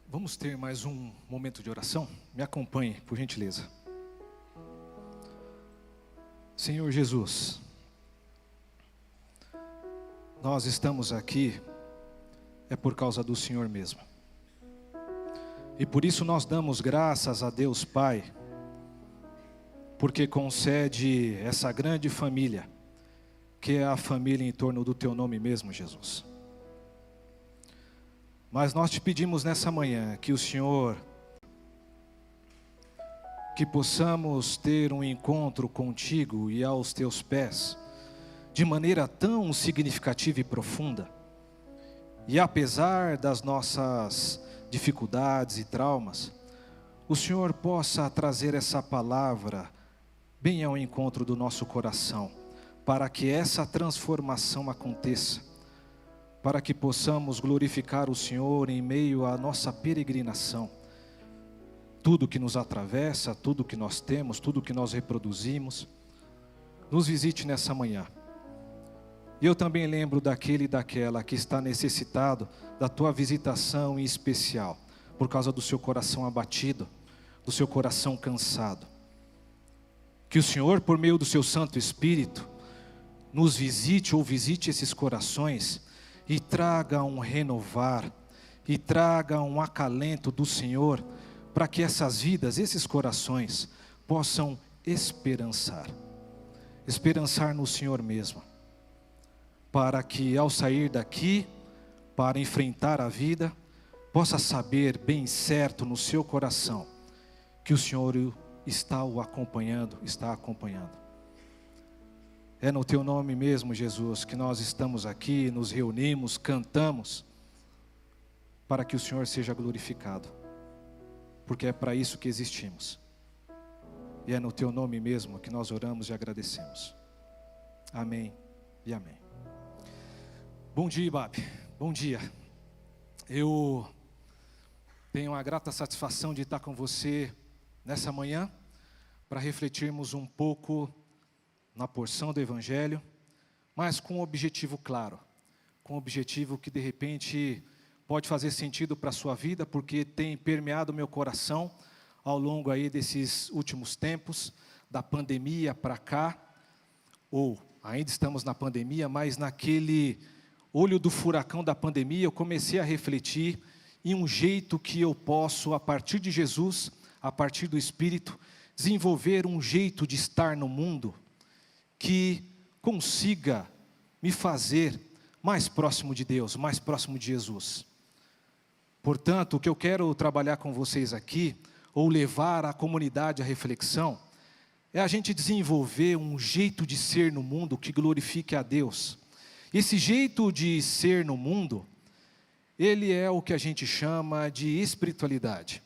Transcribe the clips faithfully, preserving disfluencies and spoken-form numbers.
Vamos ter mais um momento de oração? Me acompanhe, por gentileza. Senhor Jesus, nós estamos aqui é por causa do Senhor mesmo. E por isso nós damos graças a Deus Pai, porque concede essa grande família, que é a família em torno do Teu nome mesmo, Jesus. Mas nós te pedimos nessa manhã que o Senhor, que possamos ter um encontro contigo e aos teus pés, de maneira tão significativa e profunda. E apesar das nossas dificuldades e traumas, o Senhor possa trazer essa palavra bem ao encontro do nosso coração, para que essa transformação aconteça, para que possamos glorificar o Senhor em meio à nossa peregrinação. Tudo que nos atravessa, tudo que nós temos, tudo que nós reproduzimos, nos visite nessa manhã. E eu também lembro daquele e daquela que está necessitado da Tua visitação em especial, por causa do seu coração abatido, do seu coração cansado. Que o Senhor, por meio do seu Santo Espírito, nos visite ou visite esses corações e traga um renovar, e traga um acalento do Senhor, para que essas vidas, esses corações, possam esperançar. Esperançar no Senhor mesmo. Para que ao sair daqui, para enfrentar a vida, possa saber bem certo no seu coração, que o Senhor está o acompanhando, está acompanhando. É no Teu nome mesmo, Jesus, que nós estamos aqui, nos reunimos, cantamos, para que o Senhor seja glorificado, porque é para isso que existimos. E é no Teu nome mesmo que nós oramos e agradecemos. Amém e amém. Bom dia, Ibabe. Bom dia. Eu tenho a grata satisfação de estar com você nessa manhã, para refletirmos um pouco na porção do Evangelho, mas com um objetivo claro, com um objetivo que de repente pode fazer sentido para a sua vida, porque tem permeado o meu coração ao longo aí desses últimos tempos, da pandemia para cá, ou ainda estamos na pandemia, mas naquele olho do furacão da pandemia eu comecei a refletir em um jeito que eu posso, a partir de Jesus, a partir do Espírito, desenvolver um jeito de estar no mundo que consiga me fazer mais próximo de Deus, mais próximo de Jesus. Portanto, o que eu quero trabalhar com vocês aqui, ou levar a comunidade à reflexão, é a gente desenvolver um jeito de ser no mundo que glorifique a Deus. Esse jeito de ser no mundo, ele é o que a gente chama de espiritualidade.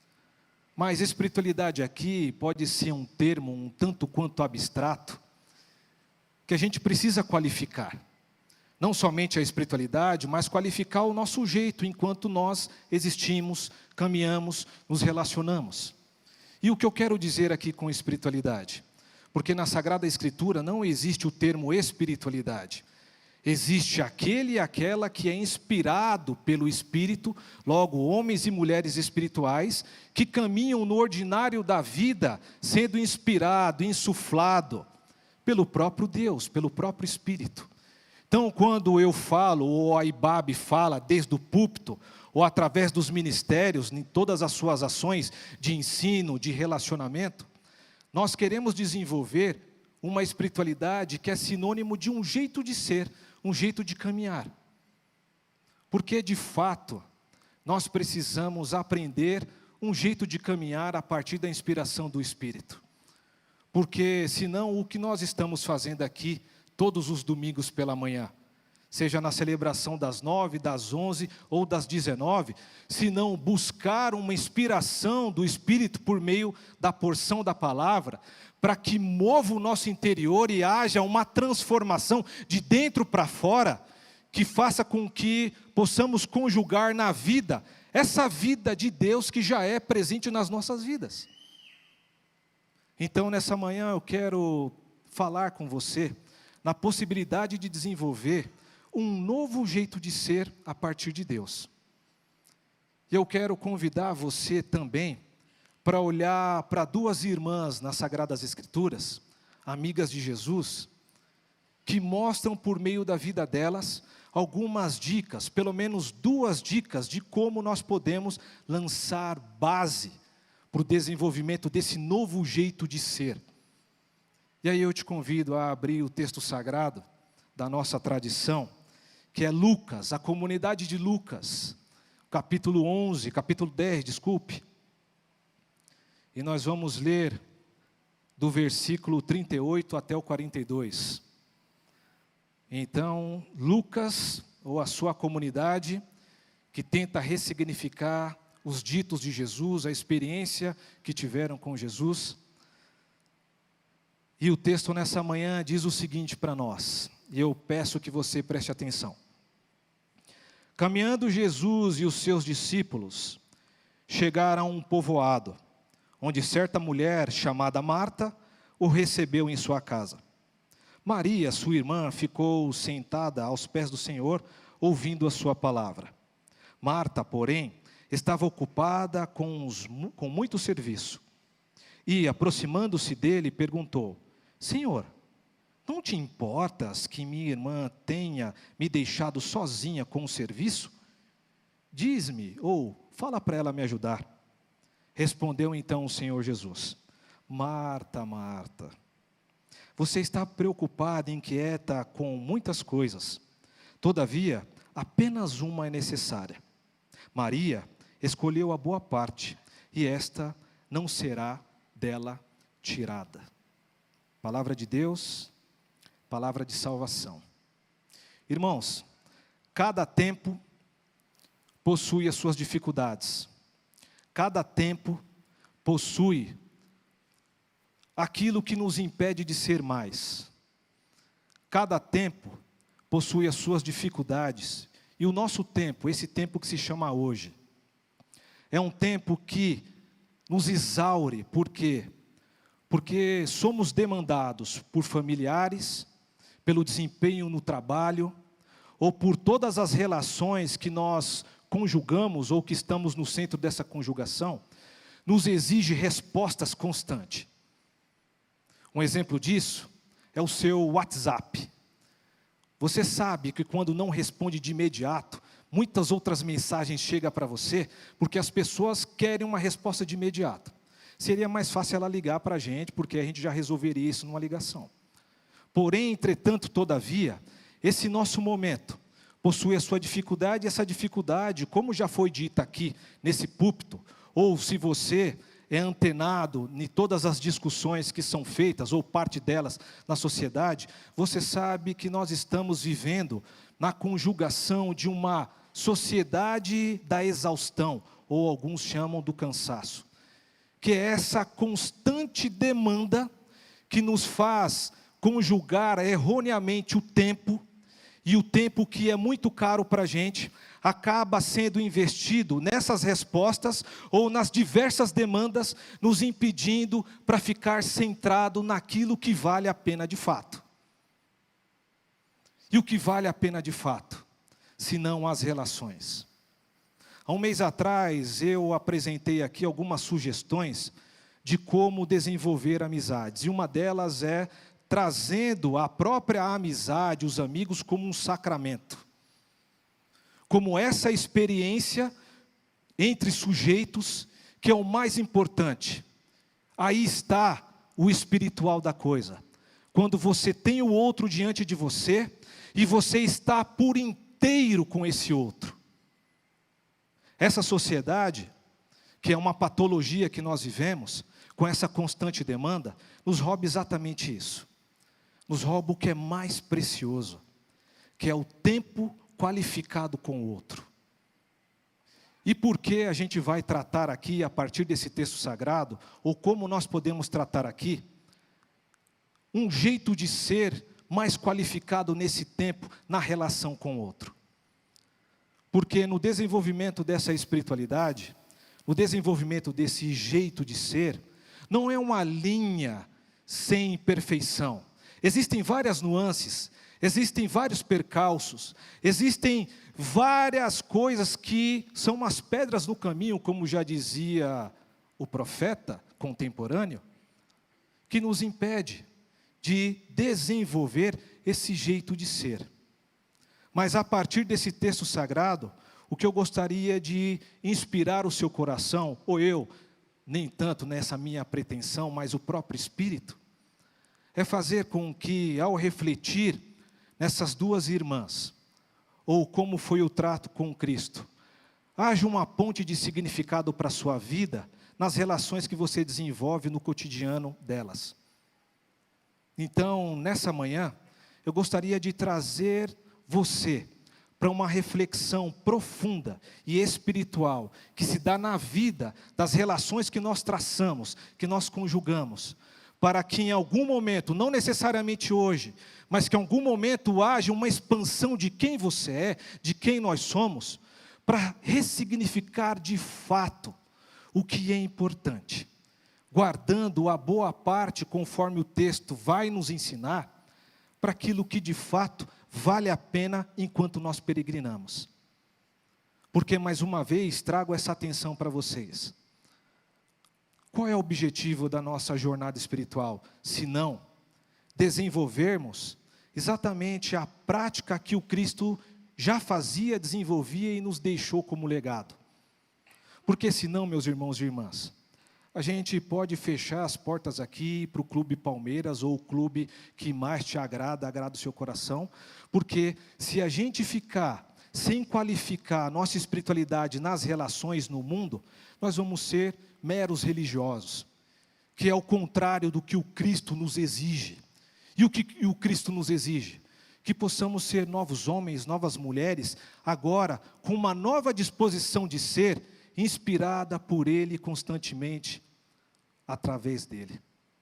Mas espiritualidade aqui pode ser um termo um tanto quanto abstrato, que a gente precisa qualificar. Não somente a espiritualidade, mas qualificar o nosso jeito enquanto nós existimos, caminhamos, nos relacionamos. E o que eu quero dizer aqui com espiritualidade? Porque na Sagrada Escritura não existe o termo espiritualidade. Existe aquele e aquela que é inspirado pelo Espírito, logo homens e mulheres espirituais, que caminham no ordinário da vida, sendo inspirado, insuflado, pelo próprio Deus, pelo próprio Espírito. Então, quando eu falo, ou a Ibabe fala desde o púlpito, ou através dos ministérios, em todas as suas ações de ensino, de relacionamento, nós queremos desenvolver uma espiritualidade que é sinônimo de um jeito de ser, um jeito de caminhar. Porque, de fato, nós precisamos aprender um jeito de caminhar a partir da inspiração do Espírito. Porque senão o que nós estamos fazendo aqui todos os domingos pela manhã, seja na celebração das nove, das onze ou das dezenove, se não buscar uma inspiração do Espírito por meio da porção da palavra, para que mova o nosso interior e haja uma transformação de dentro para fora, que faça com que possamos conjugar na vida, essa vida de Deus que já é presente nas nossas vidas. Então, nessa manhã eu quero falar com você na possibilidade de desenvolver um novo jeito de ser a partir de Deus. E eu quero convidar você também para olhar para duas irmãs nas Sagradas Escrituras, amigas de Jesus, que mostram por meio da vida delas algumas dicas, pelo menos duas dicas de como nós podemos lançar base para o desenvolvimento desse novo jeito de ser. E aí eu te convido a abrir o texto sagrado da nossa tradição, que é Lucas, a comunidade de Lucas, capítulo onze, capítulo dez, desculpe. E nós vamos ler do versículo trinta e oito até o quarenta e dois. Então, Lucas, ou a sua comunidade, que tenta ressignificar os ditos de Jesus, a experiência que tiveram com Jesus. E o texto nessa manhã diz o seguinte para nós, e eu peço que você preste atenção. Caminhando Jesus e os seus discípulos, chegaram a um povoado, onde certa mulher chamada Marta o recebeu em sua casa. Maria, sua irmã, ficou sentada aos pés do Senhor, ouvindo a sua palavra. Marta, porém, estava ocupada com, os, com muito serviço. E, aproximando-se dele, perguntou: Senhor, não te importas que minha irmã tenha me deixado sozinha com o serviço? Diz-me, ou fala para ela me ajudar. Respondeu então o Senhor Jesus: Marta, Marta, você está preocupada e inquieta com muitas coisas. Todavia, apenas uma é necessária. Maria escolheu a boa parte, e esta não será dela tirada. Palavra de Deus, palavra de salvação. Irmãos, cada tempo possui as suas dificuldades. Cada tempo possui aquilo que nos impede de ser mais. Cada tempo possui as suas dificuldades. E o nosso tempo, esse tempo que se chama hoje, é um tempo que nos exaure. Por quê? Porque somos demandados por familiares, pelo desempenho no trabalho, ou por todas as relações que nós conjugamos, ou que estamos no centro dessa conjugação, nos exige respostas constantes. Um exemplo disso é o seu WhatsApp. Você sabe que quando não responde de imediato, muitas outras mensagens chegam para você, porque as pessoas querem uma resposta de imediato. Seria mais fácil ela ligar para a gente, porque a gente já resolveria isso numa ligação. Porém, entretanto, todavia, esse nosso momento possui a sua dificuldade, e essa dificuldade, como já foi dita aqui nesse púlpito, ou se você é antenado em todas as discussões que são feitas, ou parte delas, na sociedade, você sabe que nós estamos vivendo na conjugação de uma sociedade da exaustão, ou alguns chamam do cansaço, que é essa constante demanda que nos faz conjugar erroneamente o tempo, e o tempo que é muito caro para a gente, acaba sendo investido nessas respostas ou nas diversas demandas, nos impedindo para ficar centrado naquilo que vale a pena de fato. E o que vale a pena de fato, senão as relações. Há um mês atrás eu apresentei aqui algumas sugestões de como desenvolver amizades, e uma delas é trazendo a própria amizade, os amigos, como um sacramento. Como essa experiência entre sujeitos, que é o mais importante. Aí está o espiritual da coisa. Quando você tem o outro diante de você, e você está por inteiro com esse outro. Essa sociedade, que é uma patologia que nós vivemos, com essa constante demanda, nos rouba exatamente isso. Nos rouba o que é mais precioso, que é o tempo qualificado com o outro. E por que a gente vai tratar aqui, a partir desse texto sagrado, ou como nós podemos tratar aqui, um jeito de ser mais qualificado nesse tempo, na relação com o outro? Porque no desenvolvimento dessa espiritualidade, no desenvolvimento desse jeito de ser, não é uma linha sem perfeição. Existem várias nuances, Existem vários percalços, existem várias coisas que são umas pedras no caminho, como já dizia o profeta contemporâneo, que nos impede de desenvolver esse jeito de ser. Mas a partir desse texto sagrado, o que eu gostaria de inspirar o seu coração, ou eu, nem tanto nessa minha pretensão, mas o próprio Espírito, é fazer com que, ao refletir nessas duas irmãs, ou como foi o trato com Cristo, haja uma ponte de significado para a sua vida, nas relações que você desenvolve no cotidiano delas. Então, nessa manhã, eu gostaria de trazer você para uma reflexão profunda e espiritual, que se dá na vida das relações que nós traçamos, que nós conjugamos, para que em algum momento, não necessariamente hoje, mas que em algum momento haja uma expansão de quem você é, de quem nós somos, para ressignificar de fato o que é importante, guardando a boa parte, conforme o texto vai nos ensinar, para aquilo que de fato vale a pena enquanto nós peregrinamos. Porque, mais uma vez, trago essa atenção para vocês. Qual é o objetivo da nossa jornada espiritual? Se não desenvolvermos exatamente a prática que o Cristo já fazia, desenvolvia e nos deixou como legado. Porque senão, meus irmãos e irmãs, a gente pode fechar as portas aqui para o Clube Palmeiras ou o clube que mais te agrada, agrada o seu coração, porque se a gente ficar sem qualificar a nossa espiritualidade nas relações no mundo, nós vamos ser meros religiosos, que é o contrário do que o Cristo nos exige. E o que o Cristo nos exige? Que possamos ser novos homens, novas mulheres, agora com uma nova disposição de ser, inspirada por Ele constantemente, através dEle.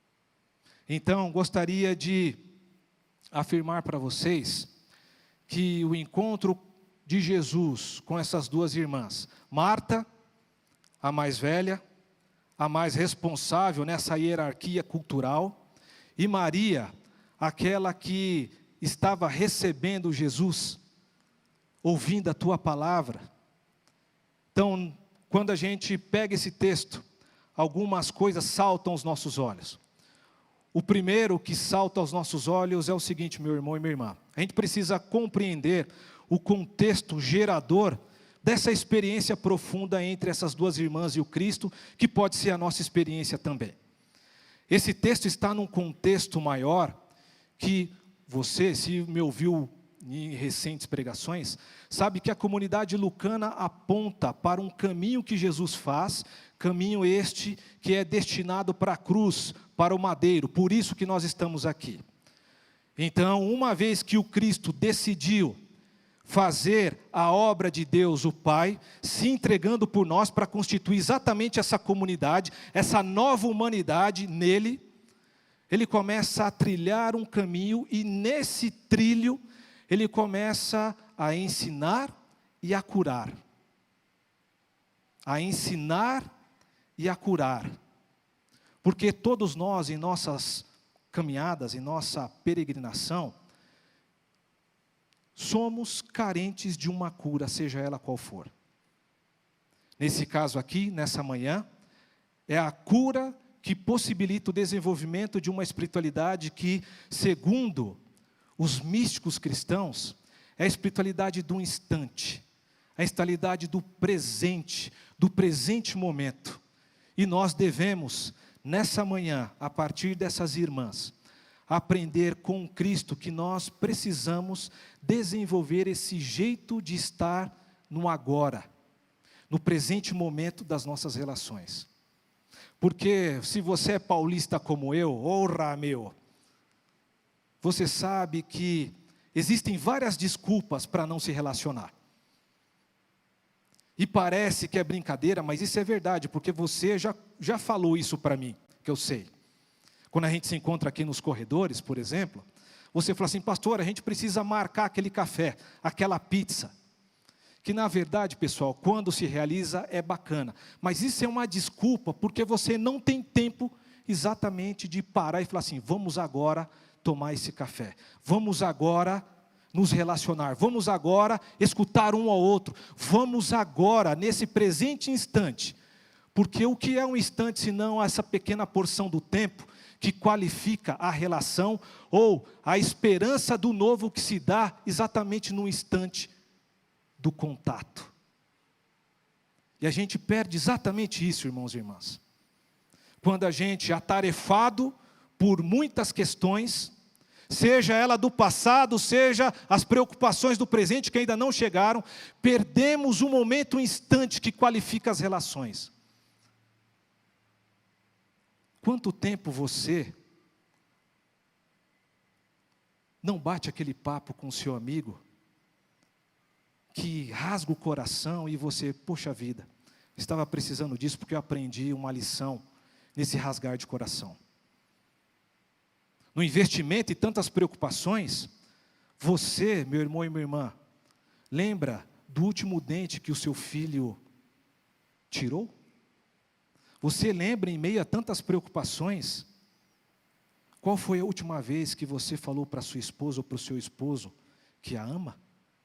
Então, gostaria de afirmar para vocês que o encontro de Jesus com essas duas irmãs, Marta, a mais velha, a mais responsável nessa hierarquia cultural, e Maria, aquela que estava recebendo Jesus, ouvindo a tua palavra. Então, quando a gente pega esse texto, algumas coisas saltam aos nossos olhos. O primeiro que salta aos nossos olhos é o seguinte, meu irmão e minha irmã. A gente precisa compreender o contexto gerador dessa experiência profunda entre essas duas irmãs e o Cristo, que pode ser a nossa experiência também. Esse texto está num contexto maior que você, se me ouviu em recentes pregações, sabe que a comunidade lucana aponta para um caminho que Jesus faz, caminho este que é destinado para a cruz, para o madeiro, por isso que nós estamos aqui. Então, uma vez que o Cristo decidiu fazer a obra de Deus, o Pai, se entregando por nós para constituir exatamente essa comunidade, essa nova humanidade nele, ele começa a trilhar um caminho e nesse trilho ele começa a ensinar e a curar. A ensinar e a curar. Porque todos nós, em nossas caminhadas, em nossa peregrinação, somos carentes de uma cura, seja ela qual for. Nesse caso aqui, nessa manhã, é a cura que possibilita o desenvolvimento de uma espiritualidade que, segundo os místicos cristãos, é a espiritualidade do instante, a espiritualidade do presente, do presente momento. E nós devemos, nessa manhã, a partir dessas irmãs, aprender com Cristo que nós precisamos desenvolver esse jeito de estar no agora, no presente momento das nossas relações. Porque se você é paulista como eu, ora meu, você sabe que existem várias desculpas para não se relacionar. E parece que é brincadeira, mas isso é verdade, porque você já, já falou isso para mim, que eu sei. Quando a gente se encontra aqui nos corredores, por exemplo, você fala assim, pastor, a gente precisa marcar aquele café, aquela pizza. Que na verdade, pessoal, quando se realiza é bacana. Mas isso é uma desculpa, porque você não tem tempo exatamente de parar e falar assim, vamos agora tomar esse café. Vamos agora nos relacionar. Vamos agora escutar um ao outro. Vamos agora, nesse presente instante. Porque o que é um instante, senão essa pequena porção do tempo que qualifica a relação ou a esperança do novo que se dá exatamente no instante do contato. E a gente perde exatamente isso, irmãos e irmãs. Quando a gente, atarefado por muitas questões, seja ela do passado, seja as preocupações do presente que ainda não chegaram, perdemos o momento, o instante que qualifica as relações. Quanto tempo você não bate aquele papo com o seu amigo, que rasga o coração e você, poxa vida, estava precisando disso porque eu aprendi uma lição nesse rasgar de coração. No investimento e tantas preocupações, você, meu irmão e minha irmã, lembra do último dente que o seu filho tirou? Você lembra, em meio a tantas preocupações, qual foi a última vez que você falou para sua esposa ou para o seu esposo que a ama?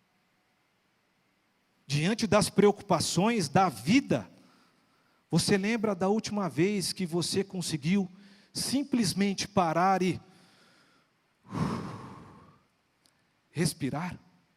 Diante das preocupações da vida, você lembra da última vez que você conseguiu simplesmente parar e respirar?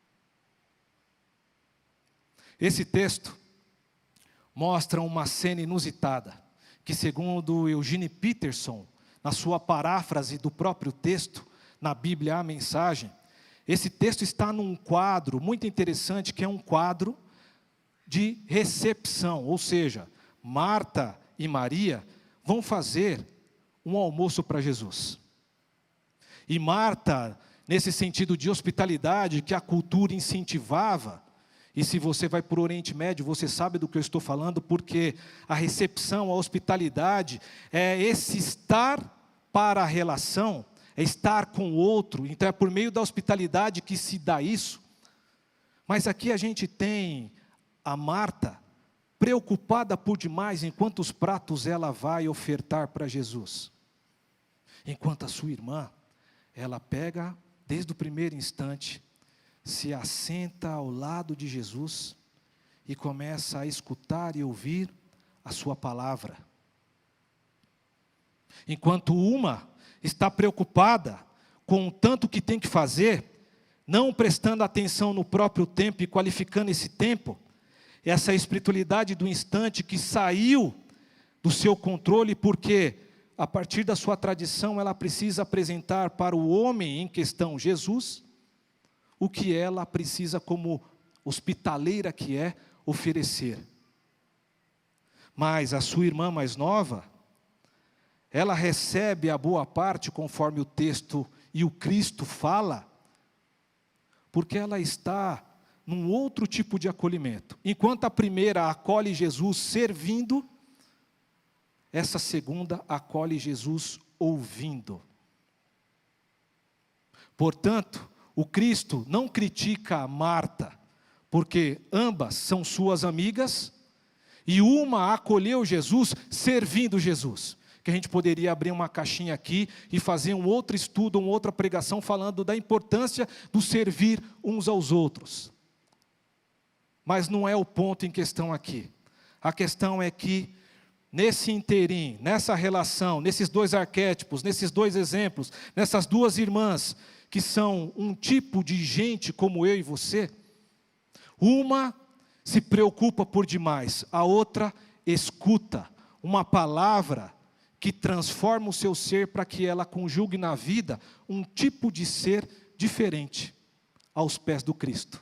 Esse texto mostra uma cena inusitada, que segundo Eugene Peterson, na sua paráfrase do próprio texto, na Bíblia A Mensagem, esse texto está num quadro muito interessante, que é um quadro de recepção, ou seja, Marta e Maria vão fazer um almoço para Jesus. E Marta, nesse sentido de hospitalidade que a cultura incentivava, e se você vai para o Oriente Médio, você sabe do que eu estou falando, porque a recepção, a hospitalidade, é esse estar para a relação, é estar com o outro, então é por meio da hospitalidade que se dá isso. Mas aqui a gente tem a Marta, preocupada por demais em quantos pratos ela vai ofertar para Jesus. Enquanto a sua irmã, ela pega, desde o primeiro instante, se assenta ao lado de Jesus e começa a escutar e ouvir a sua palavra. Enquanto uma está preocupada com o tanto que tem que fazer, não prestando atenção no próprio tempo e qualificando esse tempo, essa espiritualidade do instante que saiu do seu controle, porque a partir da sua tradição ela precisa apresentar para o homem em questão, Jesus, o que ela precisa, como hospitaleira que é, oferecer. Mas a sua irmã mais nova, ela recebe a boa parte, conforme o texto e o Cristo fala, porque ela está num outro tipo de acolhimento. Enquanto a primeira acolhe Jesus servindo, essa segunda acolhe Jesus ouvindo. Portanto, o Cristo não critica a Marta, porque ambas são suas amigas, e uma acolheu Jesus servindo Jesus. Que a gente poderia abrir uma caixinha aqui e fazer um outro estudo, uma outra pregação falando da importância do servir uns aos outros. Mas não é o ponto em questão aqui. A questão é que, nesse interim, nessa relação, nesses dois arquétipos, nesses dois exemplos, nessas duas irmãs, que são um tipo de gente como eu e você, uma se preocupa por demais, a outra escuta uma palavra que transforma o seu ser para que ela conjugue na vida um tipo de ser diferente aos pés do Cristo.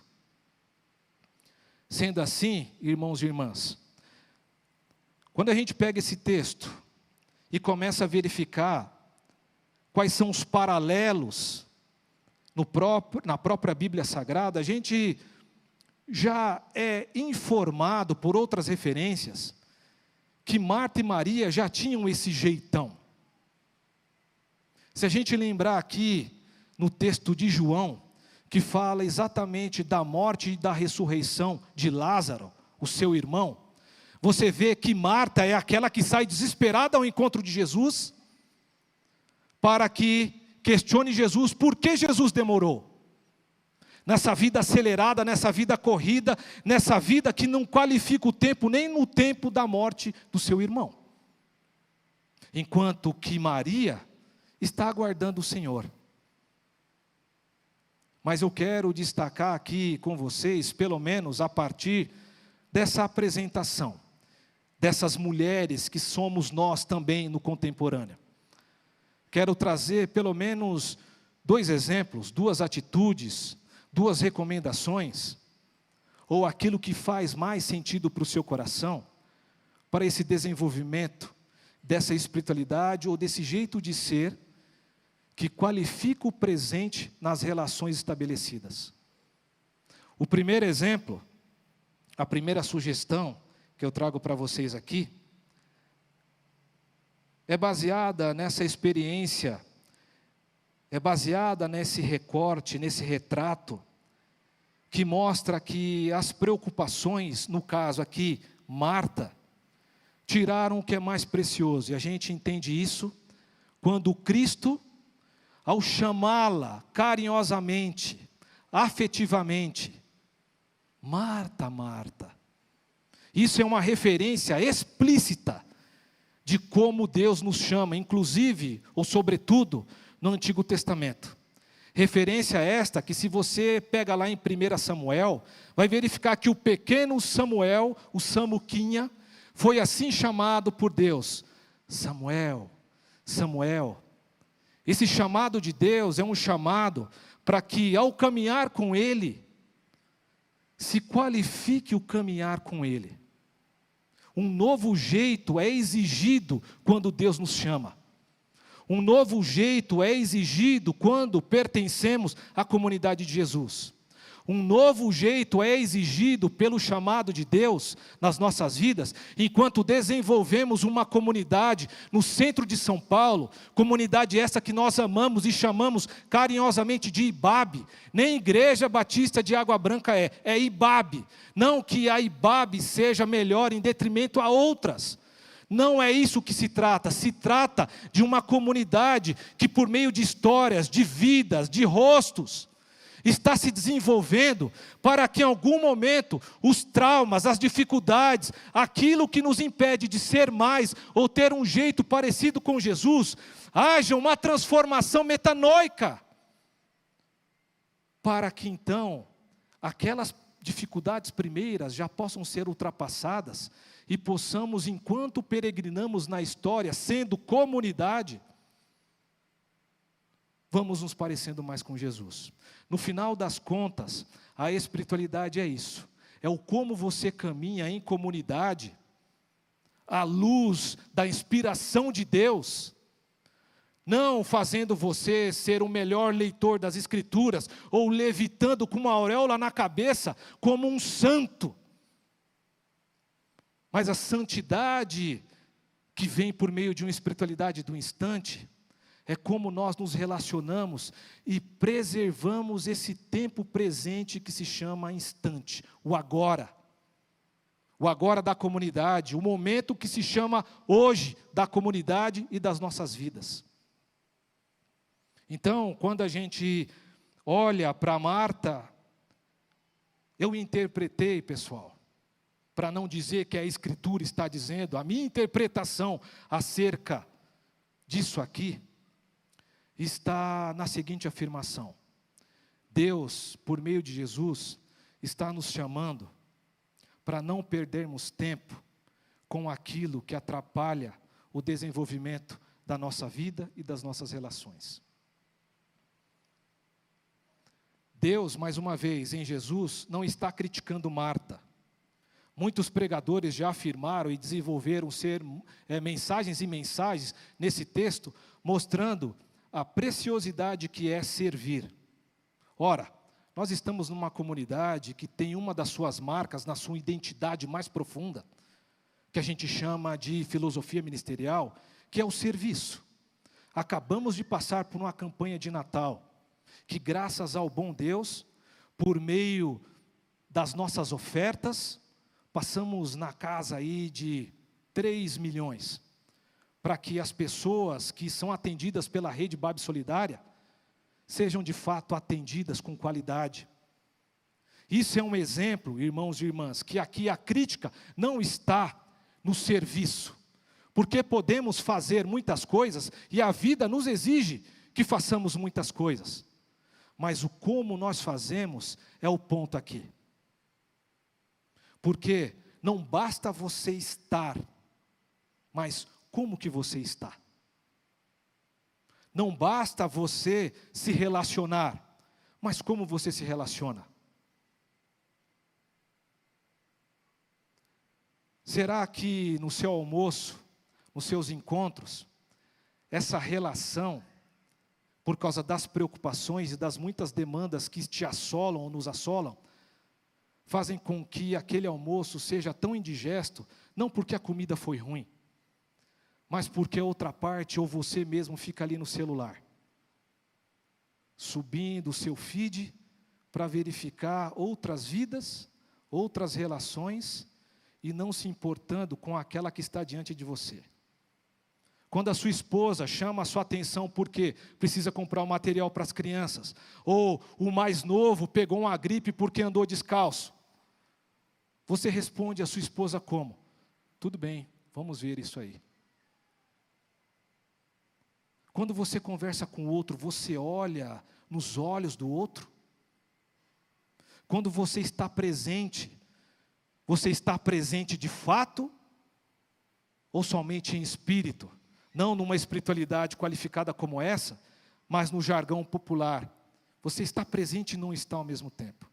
Sendo assim, irmãos e irmãs, quando a gente pega esse texto e começa a verificar quais são os paralelos no próprio, na própria Bíblia Sagrada, a gente já é informado por outras referências que Marta e Maria já tinham esse jeitão. Se a gente lembrar aqui no texto de João, que fala exatamente da morte e da ressurreição de Lázaro, o seu irmão, você vê que Marta é aquela que sai desesperada ao encontro de Jesus, para que questione Jesus, por que Jesus demorou? Nessa vida acelerada, nessa vida corrida, nessa vida que não qualifica o tempo, nem no tempo da morte do seu irmão. Enquanto que Maria está aguardando o Senhor. Mas eu quero destacar aqui com vocês, pelo menos a partir dessa apresentação, dessas mulheres que somos nós também no contemporâneo. Quero trazer pelo menos dois exemplos, duas atitudes, duas recomendações, ou aquilo que faz mais sentido para o seu coração, para esse desenvolvimento dessa espiritualidade ou desse jeito de ser, que qualifica o presente nas relações estabelecidas. O primeiro exemplo, a primeira sugestão que eu trago para vocês aqui, é baseada nessa experiência, é baseada nesse recorte, nesse retrato, que mostra que as preocupações, no caso aqui, Marta, tiraram o que é mais precioso. E a gente entende isso quando Cristo, ao chamá-la carinhosamente, afetivamente, Marta, Marta. Isso é uma referência explícita de como Deus nos chama, inclusive, ou sobretudo, no Antigo Testamento. Referência esta que, se você pega lá em primeiro Samuel, vai verificar que o pequeno Samuel, o Samuquinha, foi assim chamado por Deus. Samuel, Samuel. Esse chamado de Deus é um chamado para que, ao caminhar com Ele, se qualifique o caminhar com Ele. Um novo jeito é exigido quando Deus nos chama. Um novo jeito é exigido quando pertencemos à comunidade de Jesus. Um novo jeito é exigido pelo chamado de Deus nas nossas vidas, enquanto desenvolvemos uma comunidade no centro de São Paulo, comunidade essa que nós amamos e chamamos carinhosamente de Ibabe. Nem Igreja Batista de Água Branca é, é Ibabe. Não que a Ibabe seja melhor em detrimento a outras. Não é isso que se trata, se trata de uma comunidade que, por meio de histórias, de vidas, de rostos, está se desenvolvendo para que em algum momento os traumas, as dificuldades, aquilo que nos impede de ser mais ou ter um jeito parecido com Jesus, haja uma transformação metanoica, para que então aquelas dificuldades primeiras já possam ser ultrapassadas e possamos, enquanto peregrinamos na história, sendo comunidade, vamos nos parecendo mais com Jesus. No final das contas, a espiritualidade é isso. É o como você caminha em comunidade, à luz da inspiração de Deus, não fazendo você ser o melhor leitor das Escrituras, ou levitando com uma auréola na cabeça, como um santo. Mas a santidade que vem por meio de uma espiritualidade do instante, é como nós nos relacionamos e preservamos esse tempo presente que se chama instante, o agora. O agora da comunidade, o momento que se chama hoje da comunidade e das nossas vidas. Então, quando a gente olha para Marta, eu interpretei, pessoal, para não dizer que a Escritura está dizendo, a minha interpretação acerca disso aqui, está na seguinte afirmação: Deus, por meio de Jesus, está nos chamando para não perdermos tempo com aquilo que atrapalha o desenvolvimento da nossa vida e das nossas relações. Deus, mais uma vez, em Jesus, não está criticando Marta. Muitos pregadores já afirmaram e desenvolveram ser, é, mensagens e mensagens nesse texto, mostrando a preciosidade que é servir. Ora, nós estamos numa comunidade que tem uma das suas marcas, na sua identidade mais profunda, que a gente chama de filosofia ministerial, que é o serviço. Acabamos de passar por uma campanha de Natal, que graças ao bom Deus, por meio das nossas ofertas, passamos na casa aí de três milhões, para que as pessoas que são atendidas pela Rede Babe Solidária sejam de fato atendidas com qualidade. Isso é um exemplo, irmãos e irmãs, que aqui a crítica não está no serviço, porque podemos fazer muitas coisas e a vida nos exige que façamos muitas coisas, mas o como nós fazemos é o ponto aqui. Porque não basta você estar, mas como que você está? Não basta você se relacionar, mas como você se relaciona? Será que no seu almoço, nos seus encontros, essa relação, por causa das preocupações e das muitas demandas que te assolam ou nos assolam, fazem com que aquele almoço seja tão indigesto, não porque a comida foi ruim, mas porque a outra parte ou você mesmo fica ali no celular, subindo o seu feed para verificar outras vidas, outras relações, e não se importando com aquela que está diante de você. Quando a sua esposa chama a sua atenção porque precisa comprar um material para as crianças, ou o mais novo pegou uma gripe porque andou descalço, você responde à sua esposa como? Tudo bem, vamos ver isso aí. Quando você conversa com o outro, você olha nos olhos do outro? Quando você está presente, você está presente de fato? Ou somente em espírito? Não numa espiritualidade qualificada como essa, mas no jargão popular. Você está presente e não está ao mesmo tempo.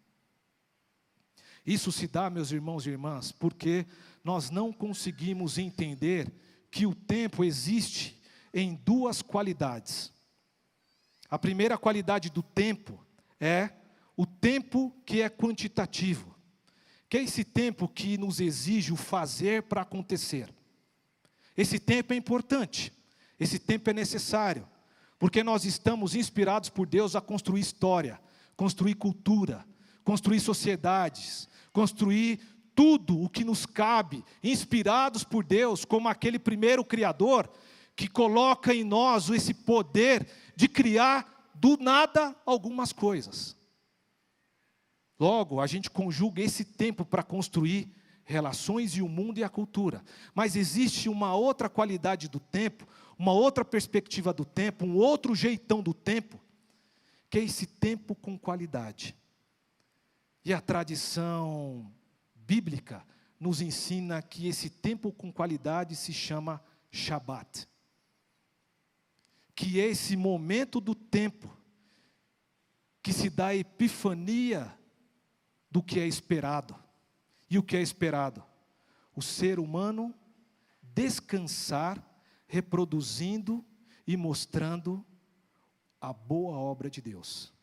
Isso se dá, meus irmãos e irmãs, porque nós não conseguimos entender que o tempo existe em duas qualidades. A primeira qualidade do tempo é o tempo que é quantitativo, que é esse tempo que nos exige o fazer para acontecer. Esse tempo é importante, esse tempo é necessário, porque nós estamos inspirados por Deus a construir história, construir cultura, construir sociedades, construir tudo o que nos cabe, inspirados por Deus, como aquele primeiro Criador, que coloca em nós esse poder de criar do nada algumas coisas. Logo, a gente conjuga esse tempo para construir relações e o mundo e a cultura. Mas existe uma outra qualidade do tempo, uma outra perspectiva do tempo, um outro jeitão do tempo, que é esse tempo com qualidade. E a tradição bíblica nos ensina que esse tempo com qualidade se chama Shabat. Que é esse momento do tempo que se dá a epifania do que é esperado. E o que é esperado? O ser humano descansar, reproduzindo e mostrando a boa obra de Deus.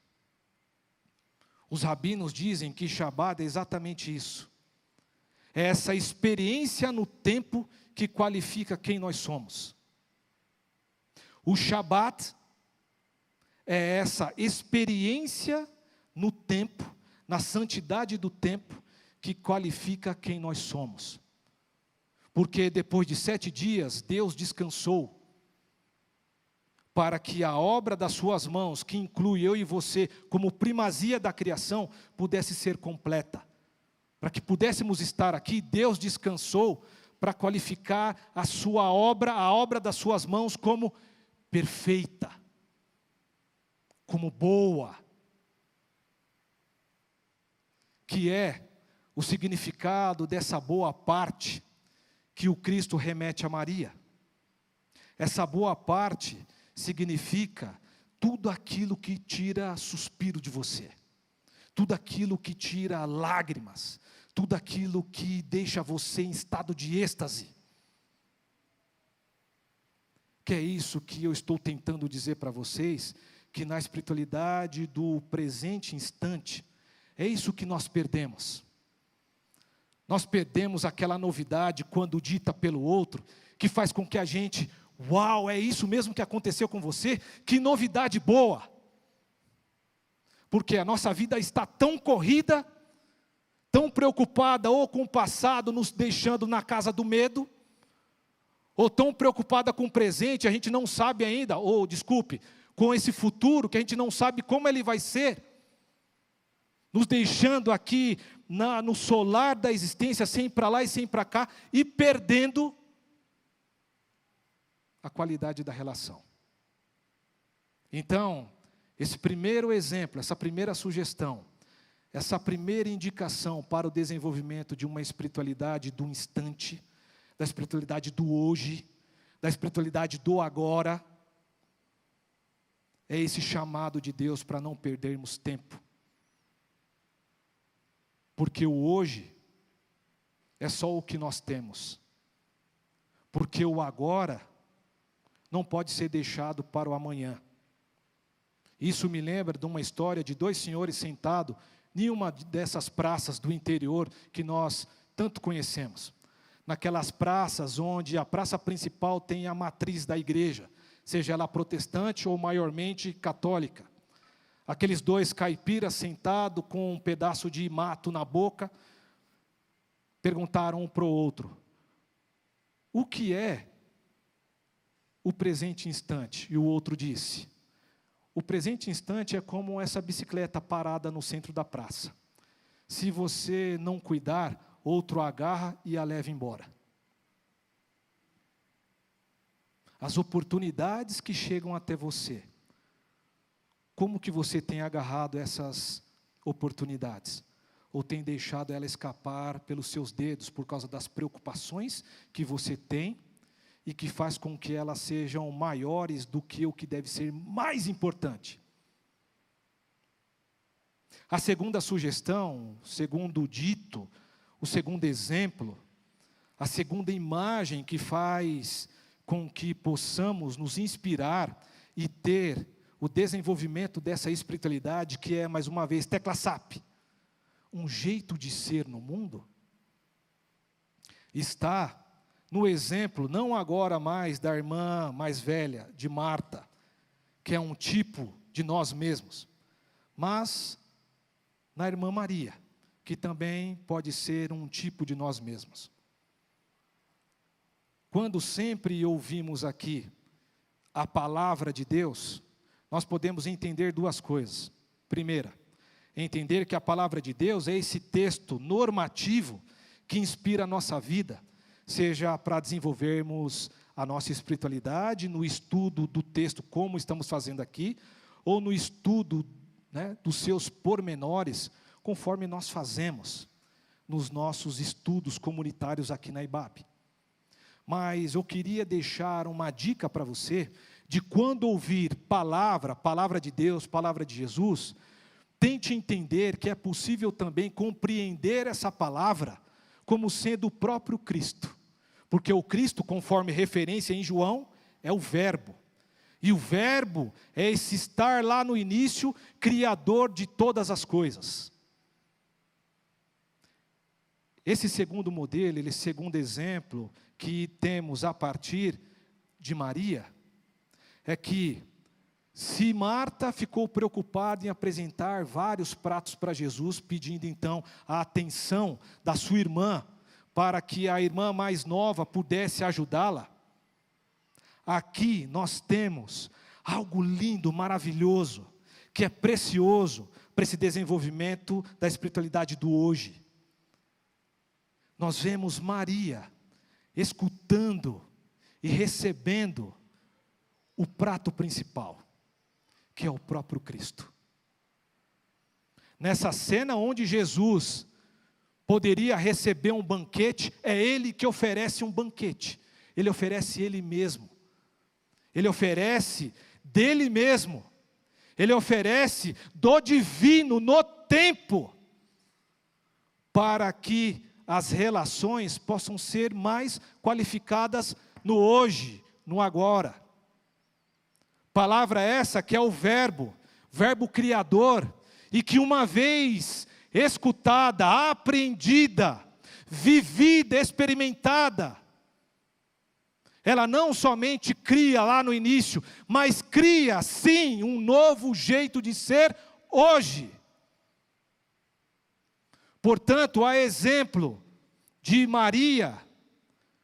Os rabinos dizem que Shabat é exatamente isso. É essa experiência no tempo que qualifica quem nós somos. O Shabat é essa experiência no tempo, na santidade do tempo, que qualifica quem nós somos. Porque depois de sete dias, Deus descansou, para que a obra das suas mãos, que inclui eu e você, como primazia da criação, pudesse ser completa. Para que pudéssemos estar aqui, Deus descansou para qualificar a sua obra, a obra das suas mãos como perfeita, como boa, que é o significado dessa boa parte que o Cristo remete a Maria. Essa boa parte significa tudo aquilo que tira suspiro de você, tudo aquilo que tira lágrimas, tudo aquilo que deixa você em estado de êxtase. Que é isso que eu estou tentando dizer para vocês, que na espiritualidade do presente instante, é isso que nós perdemos. Nós perdemos aquela novidade quando dita pelo outro, que faz com que a gente, uau, é isso mesmo que aconteceu com você? Que novidade boa! Porque a nossa vida está tão corrida, tão preocupada ou com o passado nos deixando na casa do medo, ou tão preocupada com o presente, a gente não sabe ainda, ou desculpe, com esse futuro que a gente não sabe como ele vai ser, nos deixando aqui na, no solar da existência, sem para lá e sem para cá, e perdendo a qualidade da relação. Então, esse primeiro exemplo, essa primeira sugestão, essa primeira indicação para o desenvolvimento de uma espiritualidade do instante, da espiritualidade do hoje, da espiritualidade do agora, é esse chamado de Deus para não perdermos tempo. Porque o hoje é só o que nós temos. Porque o agora não pode ser deixado para o amanhã. Isso me lembra de uma história de dois senhores sentados em uma dessas praças do interior que nós tanto conhecemos. Naquelas praças onde a praça principal tem a matriz da igreja, seja ela protestante ou maiormente católica. Aqueles dois caipiras sentados com um pedaço de mato na boca, perguntaram um para o outro: o que é o presente instante? E o outro disse: o presente instante é como essa bicicleta parada no centro da praça. Se você não cuidar, outro agarra e a leva embora. As oportunidades que chegam até você, como que você tem agarrado essas oportunidades? Ou tem deixado ela escapar pelos seus dedos por causa das preocupações que você tem e que faz com que elas sejam maiores do que o que deve ser mais importante? A segunda sugestão, o segundo dito, o segundo exemplo, a segunda imagem que faz com que possamos nos inspirar e ter o desenvolvimento dessa espiritualidade, que é, mais uma vez, tecla S A P, um jeito de ser no mundo, está no exemplo, não agora mais da irmã mais velha, de Marta, que é um tipo de nós mesmos, mas na irmã Maria, que também pode ser um tipo de nós mesmos. Quando sempre ouvimos aqui a palavra de Deus, nós podemos entender duas coisas. Primeira, entender que a palavra de Deus é esse texto normativo que inspira a nossa vida, seja para desenvolvermos a nossa espiritualidade, no estudo do texto, como estamos fazendo aqui, ou no estudo, né, dos seus pormenores, conforme nós fazemos nos nossos estudos comunitários aqui na I B A B. Mas eu queria deixar uma dica para você, de quando ouvir palavra, palavra de Deus, palavra de Jesus, tente entender que é possível também compreender essa palavra como sendo o próprio Cristo. Porque o Cristo, conforme referência em João, é o verbo. E o verbo é esse estar lá no início, criador de todas as coisas. Esse segundo modelo, esse segundo exemplo que temos a partir de Maria, é que se Marta ficou preocupada em apresentar vários pratos para Jesus, pedindo então a atenção da sua irmã, para que a irmã mais nova pudesse ajudá-la, aqui nós temos algo lindo, maravilhoso, que é precioso para esse desenvolvimento da espiritualidade do hoje. Nós vemos Maria escutando e recebendo o prato principal, que é o próprio Cristo. Nessa cena onde Jesus poderia receber um banquete, é Ele que oferece um banquete. Ele oferece Ele mesmo. Ele oferece dele mesmo. Ele oferece do divino no tempo, para que as relações possam ser mais qualificadas no hoje, no agora. Palavra essa que é o verbo, verbo criador, e que uma vez escutada, aprendida, vivida, experimentada, ela não somente cria lá no início, mas cria sim um novo jeito de ser hoje. Portanto, a exemplo de Maria,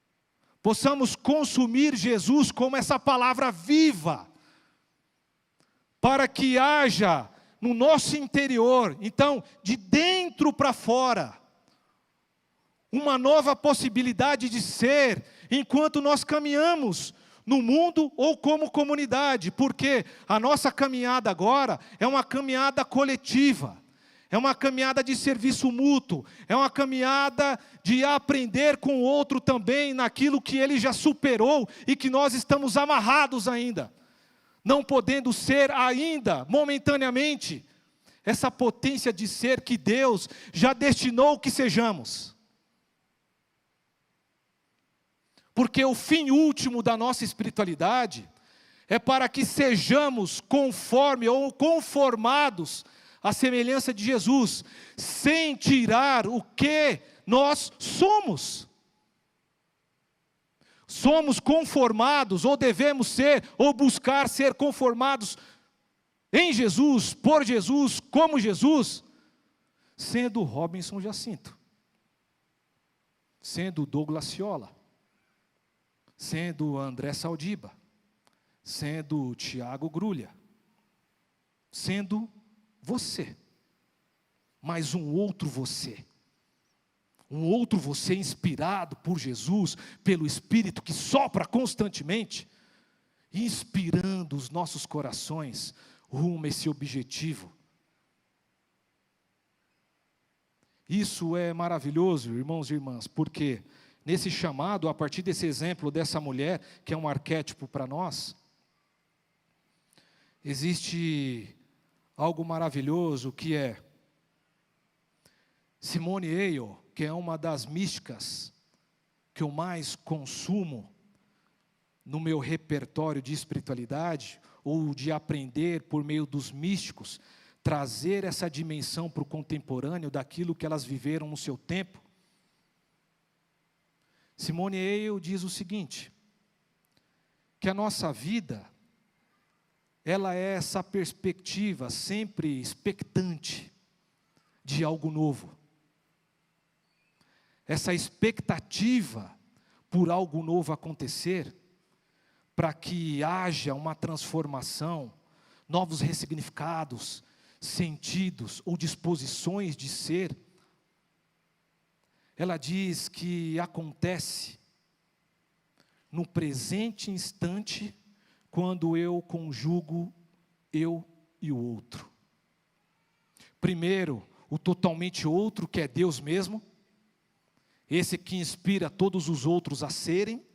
possamos consumir Jesus como essa palavra viva, para que haja no nosso interior, então, de dentro para fora, uma nova possibilidade de ser, enquanto nós caminhamos no mundo ou como comunidade, porque a nossa caminhada agora é uma caminhada coletiva, é uma caminhada de serviço mútuo, é uma caminhada de aprender com o outro também naquilo que ele já superou e que nós estamos amarrados ainda, não podendo ser ainda, momentaneamente, essa potência de ser que Deus já destinou que sejamos. Porque o fim último da nossa espiritualidade é para que sejamos conforme ou conformados à semelhança de Jesus, sem tirar o que nós somos. Somos conformados, ou devemos ser, ou buscar ser conformados em Jesus, por Jesus, como Jesus, sendo Robinson Jacinto, sendo Douglas Ciola, sendo André Saldiba, sendo Tiago Grulha, sendo você, mas um outro você, um outro você inspirado por Jesus, pelo Espírito que sopra constantemente, inspirando os nossos corações rumo a esse objetivo. Isso é maravilhoso, irmãos e irmãs, porque nesse chamado, a partir desse exemplo dessa mulher, que é um arquétipo para nós, existe algo maravilhoso que é Simone Weil, que é uma das místicas que eu mais consumo no meu repertório de espiritualidade, ou de aprender por meio dos místicos, trazer essa dimensão para o contemporâneo daquilo que elas viveram no seu tempo. Simone Weil diz o seguinte, que a nossa vida, ela é essa perspectiva sempre expectante de algo novo. Essa expectativa por algo novo acontecer, para que haja uma transformação, novos ressignificados, sentidos ou disposições de ser. Ela diz que acontece no presente instante, quando eu conjugo eu e o outro. Primeiro, o totalmente outro, que é Deus mesmo, esse que inspira todos os outros a serem.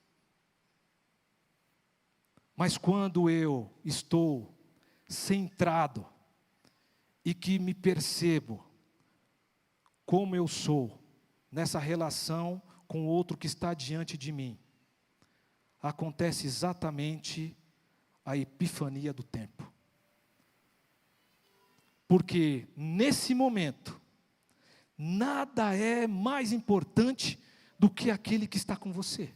Mas quando eu estou centrado e que me percebo como eu sou, nessa relação com o outro que está diante de mim, acontece exatamente a epifania do tempo. Porque nesse momento, nada é mais importante do que aquele que está com você.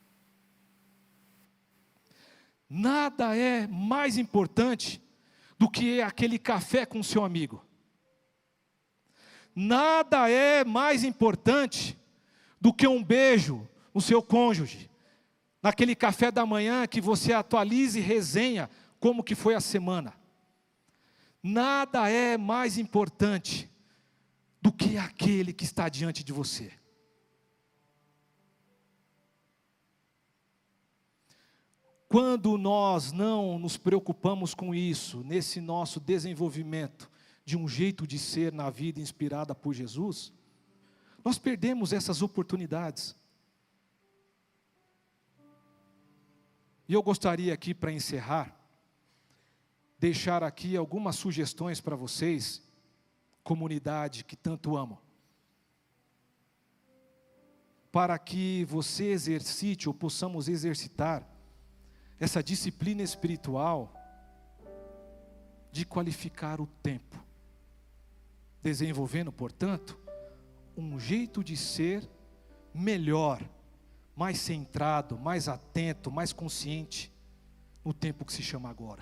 Nada é mais importante do que aquele café com seu amigo. Nada é mais importante do que um beijo no seu cônjuge, naquele café da manhã que você atualiza e resenha como que foi a semana. Nada é mais importante do que aquele que está diante de você. Quando nós não nos preocupamos com isso, nesse nosso desenvolvimento de um jeito de ser na vida inspirada por Jesus, nós perdemos essas oportunidades. E eu gostaria aqui, para encerrar, deixar aqui algumas sugestões para vocês, comunidade que tanto amo, para que você exercite ou possamos exercitar essa disciplina espiritual de qualificar o tempo, desenvolvendo, portanto, um jeito de ser melhor, mais centrado, mais atento, mais consciente no tempo que se chama agora.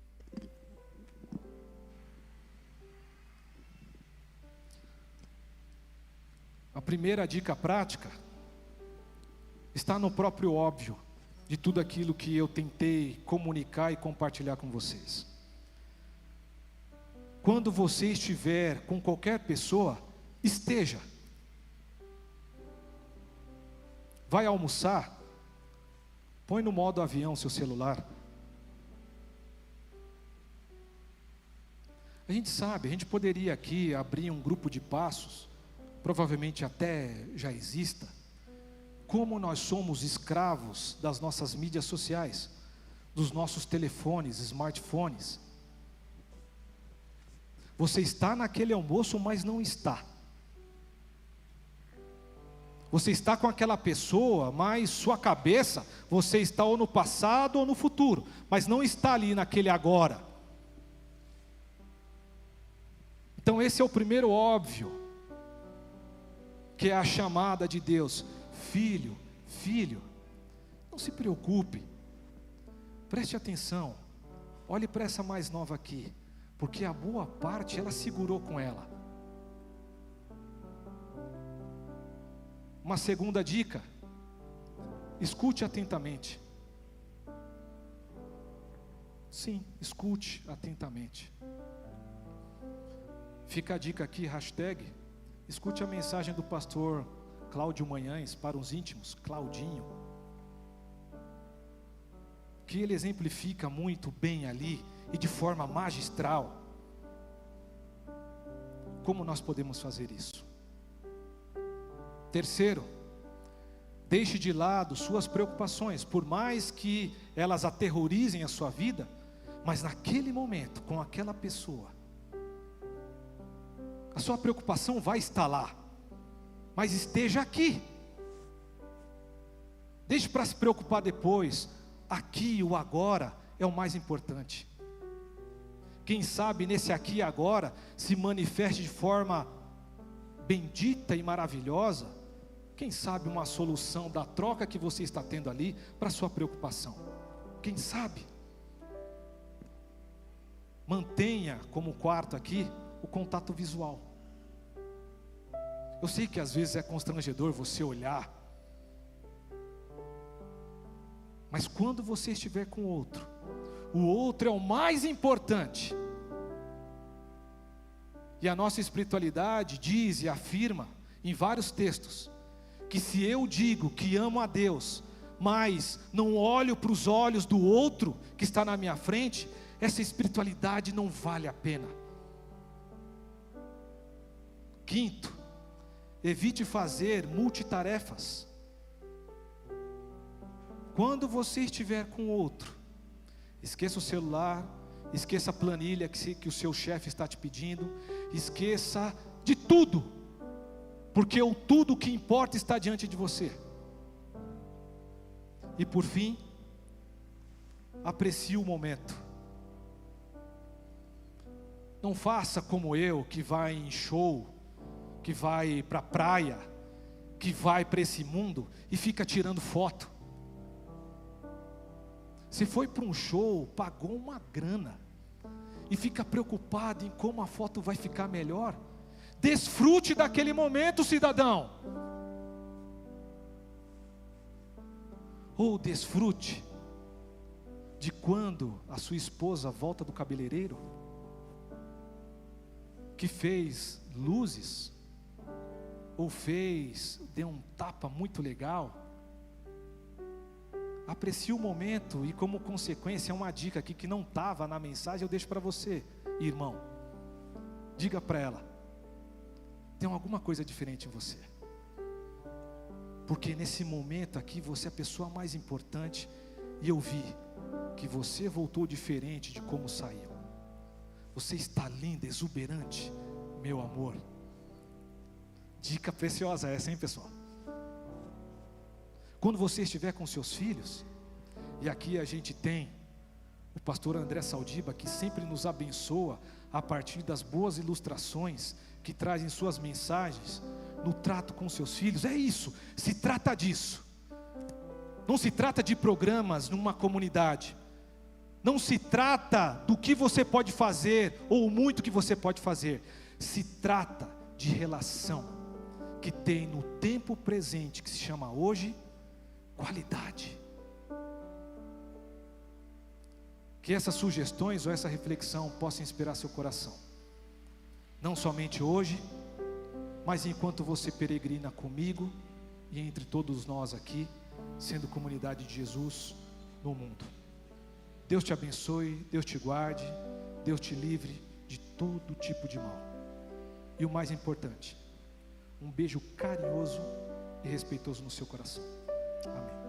A primeira dica prática está no próprio óbvio de tudo aquilo que eu tentei comunicar e compartilhar com vocês. quando você estiver com qualquer pessoa, esteja. Vai almoçar, põe no modo avião seu celular. A gente sabe, a gente poderia aqui abrir um grupo de passos, provavelmente até já exista, como nós somos escravos das nossas mídias sociais, dos nossos telefones, smartphones. Você está naquele almoço, mas não está. Você está com aquela pessoa, mas sua cabeça, você está ou no passado ou no futuro, mas não está ali naquele agora. Então esse é o primeiro óbvio, que é a chamada de Deus. Filho, filho, não se preocupe, preste atenção, olhe para essa mais nova aqui, porque a boa parte ela segurou com ela. Uma segunda dica, escute atentamente. Sim, escute atentamente. Fica a dica aqui, hashtag, escute a mensagem do pastor Cláudio Manhães para os íntimos, Claudinho, que ele exemplifica muito bem ali e de forma magistral. Como nós podemos fazer isso? Terceiro, deixe de lado suas preocupações, por mais que elas aterrorizem a sua vida, mas naquele momento, com aquela pessoa, a sua preocupação vai estar lá, mas esteja aqui. Deixe para se preocupar depois. Aqui, o agora é o mais importante. Quem sabe nesse aqui e agora se manifeste de forma bendita e maravilhosa. Quem sabe uma solução da troca que você está tendo ali para a sua preocupação. Quem sabe? Mantenha como quarto aqui o contato visual. Eu sei que às vezes é constrangedor você olhar, mas quando você estiver com o outro, o outro é o mais importante. E a nossa espiritualidade diz e afirma em vários textos, que se eu digo que amo a Deus, mas não olho para os olhos do outro que está na minha frente, essa espiritualidade não vale a pena. Quinto, evite fazer multitarefas. Quando você estiver com outro, esqueça o celular, esqueça a planilha que, se, que o seu chefe está te pedindo, esqueça de tudo, porque o tudo que importa está diante de você. E por fim, aprecie o momento. Não faça como eu, que vai em show, que vai para a praia, que vai para esse mundo e fica tirando foto. Você foi para um show, pagou uma grana e fica preocupado em como a foto vai ficar melhor. Desfrute daquele momento, cidadão. Ou desfrute de quando a sua esposa volta do cabeleireiro, que fez luzes, ou fez, deu um tapa muito legal. Aprecie o momento e, como consequência, uma dica aqui que não estava na mensagem, eu deixo para você, irmão. Diga para ela: tem alguma coisa diferente em você, porque nesse momento aqui você é a pessoa mais importante, e eu vi que você voltou diferente de como saiu. Você está linda, exuberante, meu amor. Dica preciosa essa, hein, pessoal? Quando você estiver com seus filhos, e aqui a gente tem o pastor André Saldiba, que sempre nos abençoa a partir das boas ilustrações que trazem suas mensagens no trato com seus filhos. É isso, se trata disso. Não se trata de programas numa comunidade, não se trata do que você pode fazer ou muito que você pode fazer. Se trata de relação que tem no tempo presente, que se chama hoje qualidade. Que essas sugestões ou essa reflexão possa inspirar seu coração. não somente hoje, mas enquanto você peregrina comigo e entre todos nós aqui, sendo comunidade de Jesus no mundo. Deus te abençoe, Deus te guarde, Deus te livre de todo tipo de mal. E o mais importante, um beijo carinhoso e respeitoso no seu coração. Amém.